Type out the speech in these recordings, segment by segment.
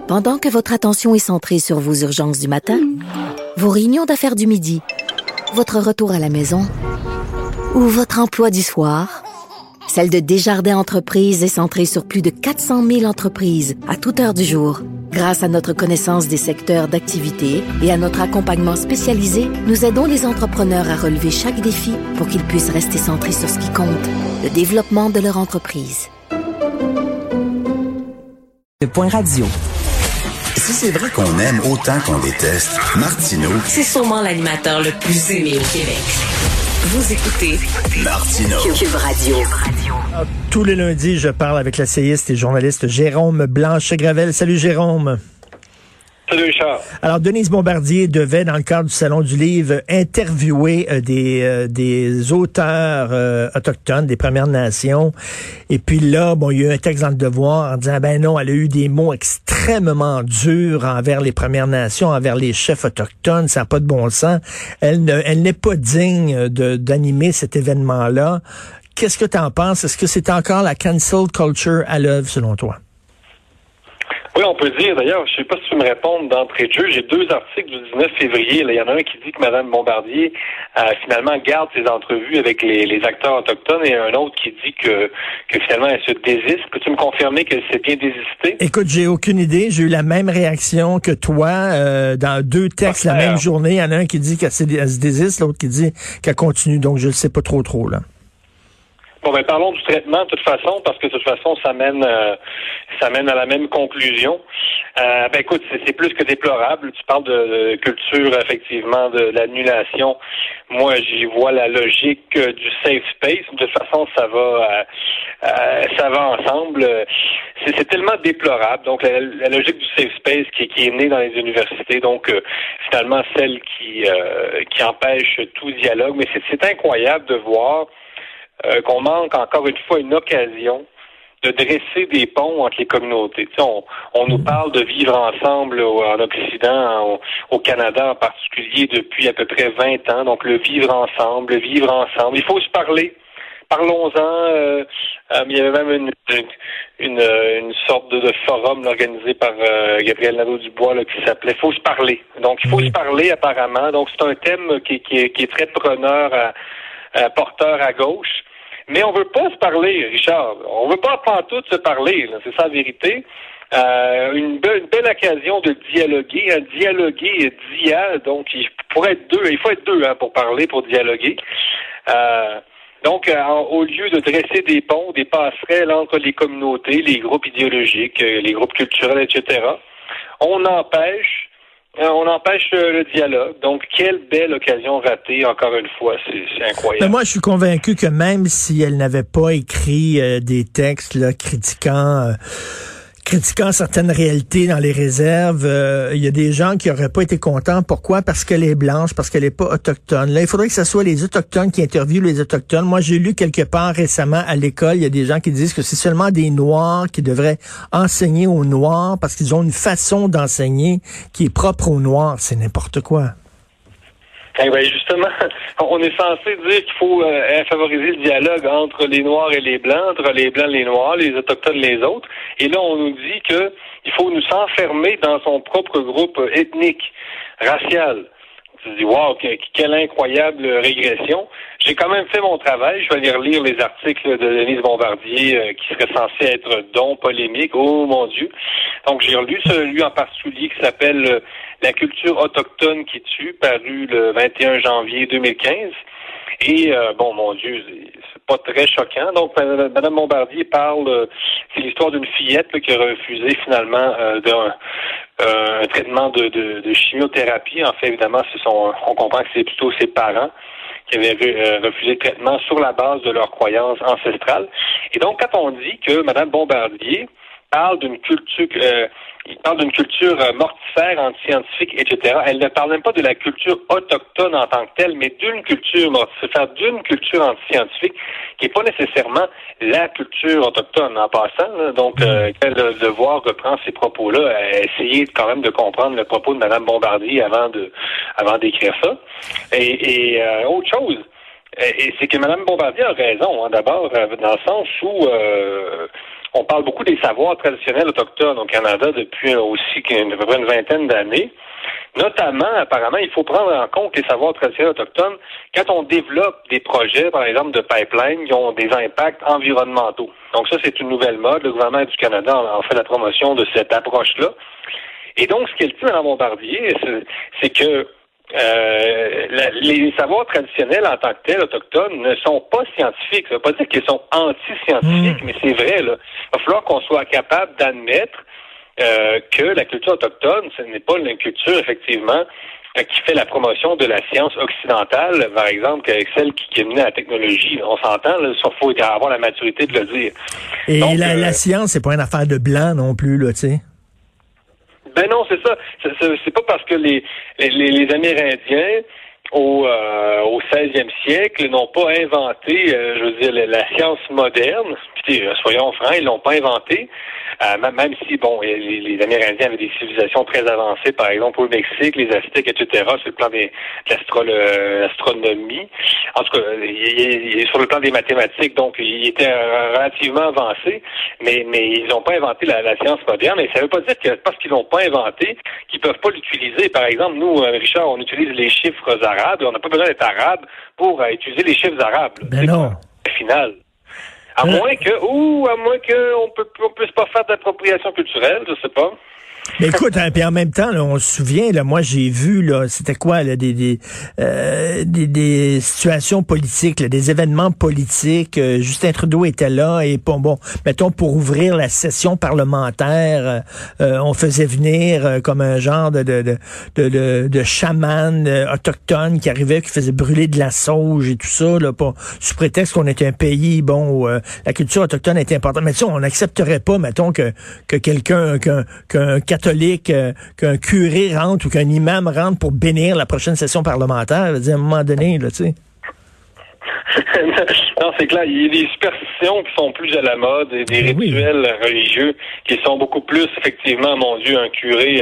Pendant que votre attention est centrée sur vos urgences du matin, vos réunions d'affaires du midi, votre retour à la maison ou votre emploi du soir, celle de Desjardins Entreprises est centrée sur plus de 400 000 entreprises à toute heure du jour. Grâce à notre connaissance des secteurs d'activité et à notre accompagnement spécialisé, nous aidons les entrepreneurs à relever chaque défi pour qu'ils puissent rester centrés sur ce qui compte, le développement de leur entreprise. Le Point Radio. Si c'est vrai qu'on aime autant qu'on déteste, Martineau, c'est sûrement l'animateur le plus aimé au Québec. Vous écoutez Martineau. Cube Radio. Tous les lundis, je parle avec l'essayiste et journaliste Jérôme Blanchet-Gravel. Salut Jérôme. Salut Richard. Alors, Denise Bombardier devait, dans le cadre du Salon du Livre, interviewer des auteurs autochtones, des Premières Nations. Et puis là, bon, il y a eu un texte dans le Devoir en disant, ben non, elle a eu des mots extrêmement durs envers les Premières Nations, envers les chefs autochtones, ça n'a pas de bon sens. Elle n'est pas digne d'animer cet événement-là. Qu'est-ce que tu en penses? Est-ce que c'est encore la cancel culture à l'œuvre, selon toi? Oui, on peut dire, d'ailleurs, je ne sais pas si tu me réponds d'entrée de jeu, j'ai 2 articles du 19 février. Là. Il y en a un qui dit que Mme Bombardier finalement garde ses entrevues avec les acteurs autochtones et un autre qui dit que finalement elle se désiste. Peux-tu me confirmer qu'elle s'est bien désistée? Écoute, j'ai aucune idée. J'ai eu la même réaction que toi dans 2 textes la même journée. Il y en a un qui dit qu'elle se désiste, l'autre qui dit qu'elle continue. Donc, je ne sais pas trop là. Bon, ben parlons du traitement de toute façon, parce que de toute façon, ça mène à la même conclusion. Ben écoute, c'est plus que déplorable. Tu parles de culture, effectivement, de l'annulation. Moi, j'y vois la logique du safe space. De toute façon, ça va ensemble. C'est tellement déplorable. Donc, la logique du safe space qui est née dans les universités, donc finalement celle qui empêche tout dialogue. Mais c'est incroyable de voir qu'on manque encore une fois une occasion de dresser des ponts entre les communautés. Tu sais, on nous parle de vivre ensemble en Occident, au Canada en particulier, depuis à peu près 20 ans. Donc, le vivre ensemble. Il faut se parler. Parlons-en. Il y avait même une sorte de forum organisé par Gabriel Nadeau-Dubois qui s'appelait « Faut se parler ». Donc, il faut se parler apparemment. Donc, c'est un thème qui est très preneur, porteur à gauche. Mais on veut pas se parler, Richard. On veut pas pantoute se parler, là. C'est ça la vérité. Une belle occasion de dialoguer. Dialoguer donc il faut être deux pour parler, pour dialoguer. Donc, au lieu de dresser des ponts, des passerelles entre les communautés, les groupes idéologiques, les groupes culturels, etc., on empêche le dialogue. Donc, quelle belle occasion ratée, encore une fois. C'est incroyable. Mais moi, je suis convaincu que même si elle n'avait pas écrit des textes là, critiquant certaines réalités dans les réserves, il y a des gens qui auraient pas été contents. Pourquoi? Parce qu'elle est blanche, parce qu'elle est pas autochtone. Là, il faudrait que ce soit les Autochtones qui interviewent les Autochtones. Moi, j'ai lu quelque part récemment à l'école, il y a des gens qui disent que c'est seulement des Noirs qui devraient enseigner aux Noirs parce qu'ils ont une façon d'enseigner qui est propre aux Noirs. C'est n'importe quoi. Eh bien, justement, on est censé dire qu'il faut favoriser le dialogue entre les Noirs et les Blancs, entre les Blancs et les Noirs, les Autochtones et les autres. Et là, on nous dit que il faut nous s'enfermer dans son propre groupe ethnique, racial. Tu te dis, wow, quelle incroyable régression. J'ai quand même fait mon travail. Je vais aller relire les articles de Denise Bombardier qui serait censé être polémique. Oh mon Dieu. Donc, j'ai relu celui en particulier qui s'appelle La culture autochtone qui tue, paru le 21 janvier 2015. Et, bon, mon Dieu, c'est pas très choquant. Donc, Mme Bombardier parle, c'est l'histoire d'une fillette qui a refusé finalement un traitement de chimiothérapie. En fait, évidemment, on comprend que c'est plutôt ses parents qui avaient refusé le traitement sur la base de leurs croyances ancestrales. Et donc, quand on dit que Mme Bombardier parle d'une culture mortifère, anti-scientifique, etc. Elle ne parle même pas de la culture autochtone en tant que telle, mais d'une culture mortifère, d'une culture anti-scientifique, qui n'est pas nécessairement la culture autochtone en passant. Là. Donc, quand le Devoir reprend ces propos-là, essayer quand même de comprendre le propos de Mme Bombardier avant d'écrire ça. Et autre chose, et c'est que Mme Bombardier a raison, d'abord, dans le sens où on parle beaucoup des savoirs traditionnels autochtones au Canada depuis aussi à peu près une vingtaine d'années. Notamment, apparemment, il faut prendre en compte les savoirs traditionnels autochtones quand on développe des projets, par exemple, de pipeline qui ont des impacts environnementaux. Donc ça, c'est une nouvelle mode. Le gouvernement du Canada en fait la promotion de cette approche-là. Et donc, ce qu'elle dit, Mme Bombardier, c'est que les savoirs traditionnels en tant que tels autochtones ne sont pas scientifiques. Ça ne veut pas dire qu'ils sont anti-scientifiques, mais c'est vrai, là. Il va falloir qu'on soit capable d'admettre que la culture autochtone, ce n'est pas une culture, effectivement, qui fait la promotion de la science occidentale, par exemple, qu'avec celle qui est menée à la technologie. On s'entend, il faut avoir la maturité de le dire. Et donc, la science, c'est pas une affaire de blanc non plus, là, tu sais. Ben non, c'est ça. C'est pas parce que les Amérindiens au 16e siècle n'ont pas inventé, je veux dire, la science moderne. Puis, soyons francs, ils l'ont pas inventé. Même si, bon, les Amérindiens avaient des civilisations très avancées, par exemple au Mexique, les Aztèques, etc., sur le plan de l'astronomie. En tout cas, sur le plan des mathématiques, donc, ils étaient relativement avancés, mais ils n'ont pas inventé la science moderne. Et ça ne veut pas dire que parce qu'ils l'ont pas inventé, qu'ils peuvent pas l'utiliser. Par exemple, nous, Richard, on utilise les chiffres arabes. On n'a pas besoin d'être arabe pour utiliser les chiffres arabes. Ben non. Au final. À moins que on puisse pas faire d'appropriation culturelle, je sais pas. Mais écoute, hein, puis en même temps, là, on se souvient, là, moi j'ai vu, là, c'était quoi, là, des situations politiques, là, des événements politiques. Justin Trudeau était là et bon, mettons pour ouvrir la session parlementaire, on faisait venir comme un genre de chaman autochtone qui arrivait, qui faisait brûler de la sauge et tout ça, là, sous prétexte qu'on était un pays, bon, où la culture autochtone était importante. Mais tu sais, on n'accepterait pas, mettons, que quelqu'un, qu'un catholique, qu'un curé rentre ou qu'un imam rentre pour bénir la prochaine session parlementaire. Je veux dire, à un moment donné, là, tu sais. Non, c'est clair. Il y a des superstitions qui sont plus à la mode, et des rituels religieux qui sont beaucoup plus, effectivement, mon Dieu, un curé,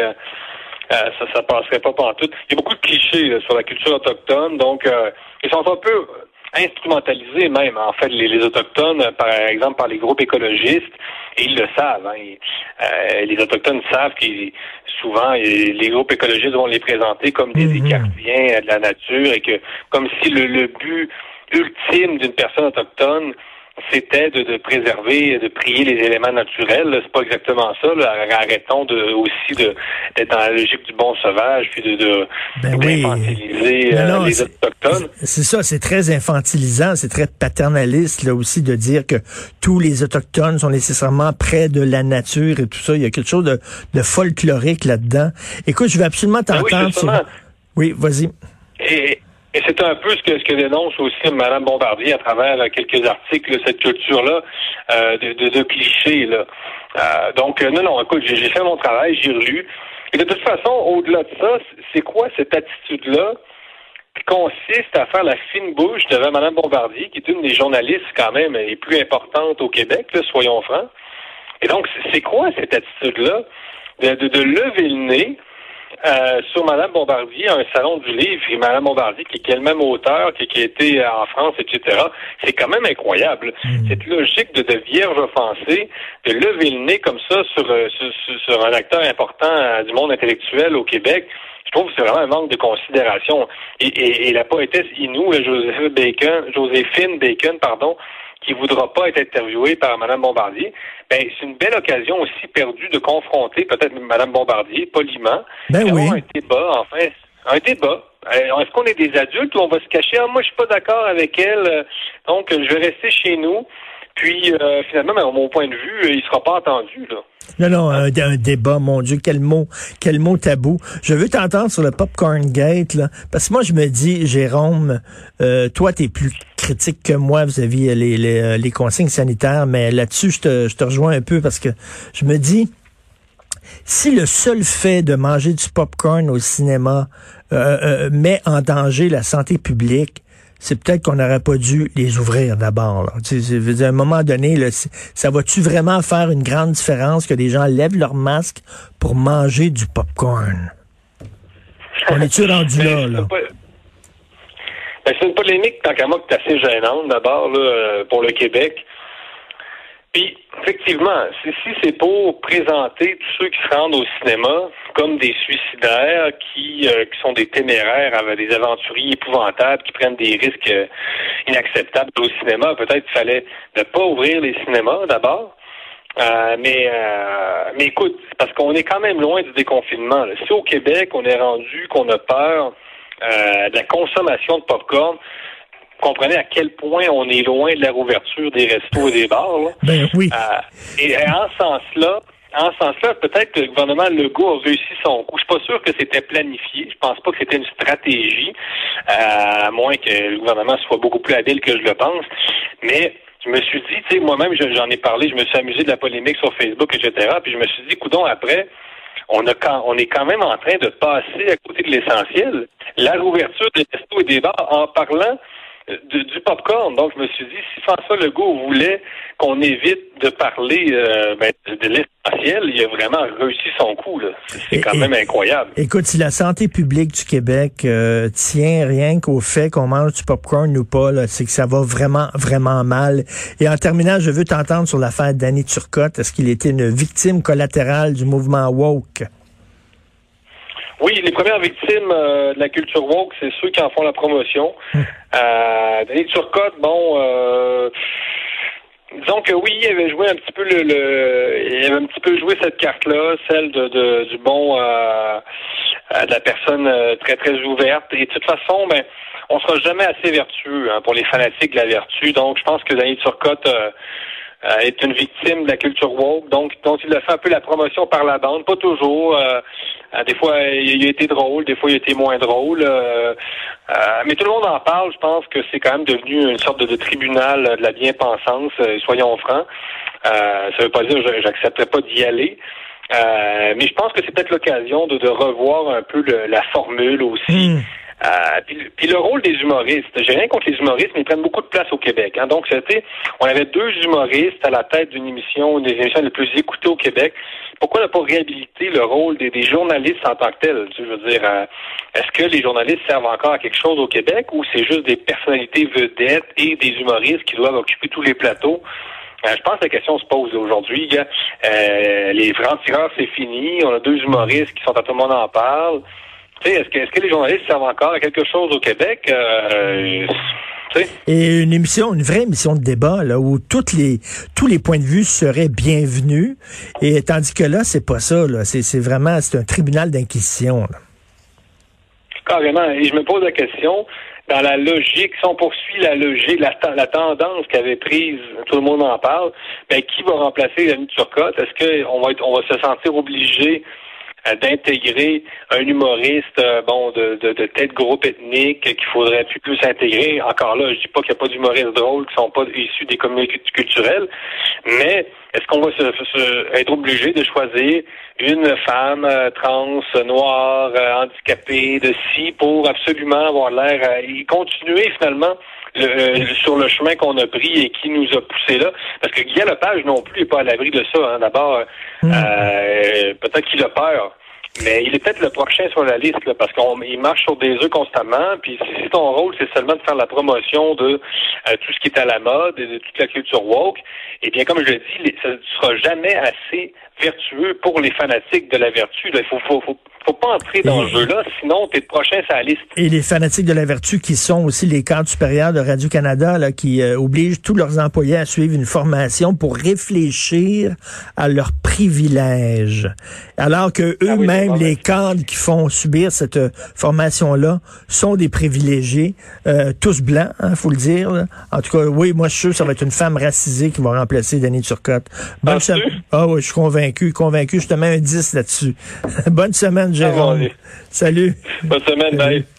ça passerait pas pantoute. Il y a beaucoup de clichés là, sur la culture autochtone, donc ils sont un peu instrumentalisés même, en fait, les Autochtones, par exemple, par les groupes écologistes, et ils le savent. Hein, les Autochtones savent qu'ils souvent, les groupes écologistes vont les présenter comme des écartiens de la nature, et que comme si le but ultime d'une personne autochtone, c'était de préserver, de prier les éléments naturels. Là, c'est pas exactement ça. Là. Arrêtons d'être dans la logique du bon sauvage, puis d'infantiliser les Autochtones. C'est ça, c'est très infantilisant, c'est très paternaliste là aussi de dire que tous les Autochtones sont nécessairement près de la nature et tout ça. Il y a quelque chose de folklorique là-dedans. Écoute, je veux absolument t'entendre sur... Oui, vas-y. Et c'est un peu ce que dénonce aussi Mme Bombardier à travers quelques articles, cette culture-là de clichés. Là. Donc, non, écoute, j'ai fait mon travail, j'ai relu. Et de toute façon, au-delà de ça, c'est quoi cette attitude-là qui consiste à faire la fine bouche devant Mme Bombardier, qui est une des journalistes quand même les plus importantes au Québec, là, soyons francs. Et donc, c'est quoi cette attitude-là de lever le nez sur Mme Bombardier, un salon du livre, et Mme Bombardier, qui est elle-même auteure, qui a été en France, etc., c'est quand même incroyable. Cette logique de vierge offensée, de lever le nez comme ça sur un acteur important du monde intellectuel au Québec, je trouve que c'est vraiment un manque de considération. Et la poétesse Innu, Joséphine Bacon, qui voudra pas être interviewée par Mme Bombardier, ben c'est une belle occasion aussi perdue de confronter peut-être Mme Bombardier poliment. Oui. Un débat, enfin, un débat. Est-ce qu'on est des adultes ou on va se cacher? Moi, je suis pas d'accord avec elle, donc je vais rester chez nous. Puis, finalement, à mon point de vue, il sera pas entendu, là. Non, un débat, mon Dieu, quel mot tabou. Je veux t'entendre sur le Popcorn Gate, là, parce que moi, je me dis, Jérôme, toi, t'es plus critique que moi vis-à-vis les consignes sanitaires, mais là-dessus, je te rejoins un peu parce que je me dis, si le seul fait de manger du popcorn au cinéma met en danger la santé publique, c'est peut-être qu'on n'aurait pas dû les ouvrir d'abord. Là. Tu sais, à un moment donné, là, ça va-tu vraiment faire une grande différence que des gens lèvent leur masque pour manger du popcorn? On est-tu rendu là? C'est une polémique, tant qu'à moi, qui est assez gênante, d'abord, là, pour le Québec. Puis, effectivement, si c'est pour présenter tous ceux qui se rendent au cinéma comme des suicidaires, qui sont des téméraires, avec des aventuriers épouvantables, qui prennent des risques inacceptables au cinéma, peut-être qu'il fallait ne pas ouvrir les cinémas d'abord. Mais écoute, parce qu'on est quand même loin du déconfinement. Là. Si au Québec, on est rendu qu'on a peur de la consommation de popcorn, vous comprenez à quel point on est loin de la rouverture des restos et des bars. Là. Ben oui. Et en ce sens-là, peut-être que le gouvernement Legault a réussi son coup. Je suis pas sûr que c'était planifié. Je pense pas que c'était une stratégie, à moins que le gouvernement soit beaucoup plus habile que je le pense. Mais je me suis dit, tu sais, moi-même, j'en ai parlé, je me suis amusé de la polémique sur Facebook, etc. Puis je me suis dit, coudonc, après, on est quand même en train de passer à côté de l'essentiel. La rouverture des restos et des bars en parlant du popcorn. Donc, je me suis dit, si François Legault voulait qu'on évite de parler de l'essentiel, il a vraiment réussi son coup. Là. C'est quand même incroyable. Écoute, si la santé publique du Québec tient rien qu'au fait qu'on mange du popcorn ou pas, là, c'est que ça va vraiment, vraiment mal. Et en terminant, je veux t'entendre sur l'affaire Danny Turcotte. Est-ce qu'il était une victime collatérale du mouvement woke? Oui, les premières victimes de la culture woke, c'est ceux qui en font la promotion. Danny Turcotte, disons que oui, il avait joué un petit peu il avait un petit peu joué cette carte-là, celle du bon de la personne très très ouverte. Et de toute façon, on sera jamais assez vertueux pour les fanatiques de la vertu. Donc, je pense que Danny Turcotte est une victime de la culture woke, donc il a fait un peu la promotion par la bande, pas toujours. Des fois, il a été drôle, des fois, il a été moins drôle. Mais tout le monde en parle. Je pense que c'est quand même devenu une sorte de tribunal de la bien-pensance, soyons francs. Ça veut pas dire que j'accepterais pas d'y aller. Mais je pense que c'est peut-être l'occasion de revoir un peu la formule aussi. Puis le rôle des humoristes. J'ai rien contre les humoristes, mais ils prennent beaucoup de place au Québec. Hein. Donc, on avait 2 humoristes à la tête d'une émission, une des émissions les plus écoutées au Québec. Pourquoi ne pas réhabiliter le rôle des journalistes en tant que tels? Je veux dire, est-ce que les journalistes servent encore à quelque chose au Québec ou c'est juste des personnalités vedettes et des humoristes qui doivent occuper tous les plateaux? Je pense que la question se pose aujourd'hui. Les francs-tireurs, c'est fini. On a 2 humoristes qui sont à tout le monde en parle. Tu sais, est-ce que les journalistes servent encore à quelque chose au Québec? Et une vraie émission de débat, là, où tous les points de vue seraient bienvenus. Et tandis que là, c'est pas ça, là. C'est un tribunal d'inquisition, là. Carrément. Et je me pose la question, dans la logique, si on poursuit la logique, la tendance qu'avait prise, tout le monde en parle, qui va remplacer Danny Turcotte? Est-ce qu'on va se sentir obligé d'intégrer un humoriste de tête groupe ethnique qu'il faudrait plus intégrer? Encore là, je dis pas qu'il n'y a pas d'humoristes drôles qui sont pas issus des communautés culturelles, mais est-ce qu'on va être obligé de choisir une femme trans, noire, handicapée, pour absolument avoir l'air et continuer finalement sur le chemin qu'on a pris et qui nous a poussé là? Parce que Guy Lepage non plus n'est pas à l'abri de ça. Hein. D'abord, peut-être qu'il a peur. Mais il est peut-être le prochain sur la liste, là, parce qu'il marche sur des œufs constamment. Puis si ton rôle, c'est seulement de faire la promotion de tout ce qui est à la mode et de toute la culture woke, eh bien, comme je le dis, ça ne sera jamais assez vertueux pour les fanatiques de la vertu. Là. Il faut pas entrer dans ce jeu-là, sinon t'es le prochain sur la liste. Et les fanatiques de la vertu qui sont aussi les cadres supérieurs de Radio-Canada, là, qui obligent tous leurs employés à suivre une formation pour réfléchir à leurs privilèges. Alors que eux-mêmes, les cadres qui font subir cette formation-là sont des privilégiés, tous blancs, faut le dire. Là. En tout cas, oui, moi je suis sûr que ça va être une femme racisée qui va remplacer Danny Turcotte. Bonne semaine. Ah oui, je suis convaincu. Je te mets un 10 là-dessus. Bonne semaine, Jérôme. Salut. Bonne semaine, bye.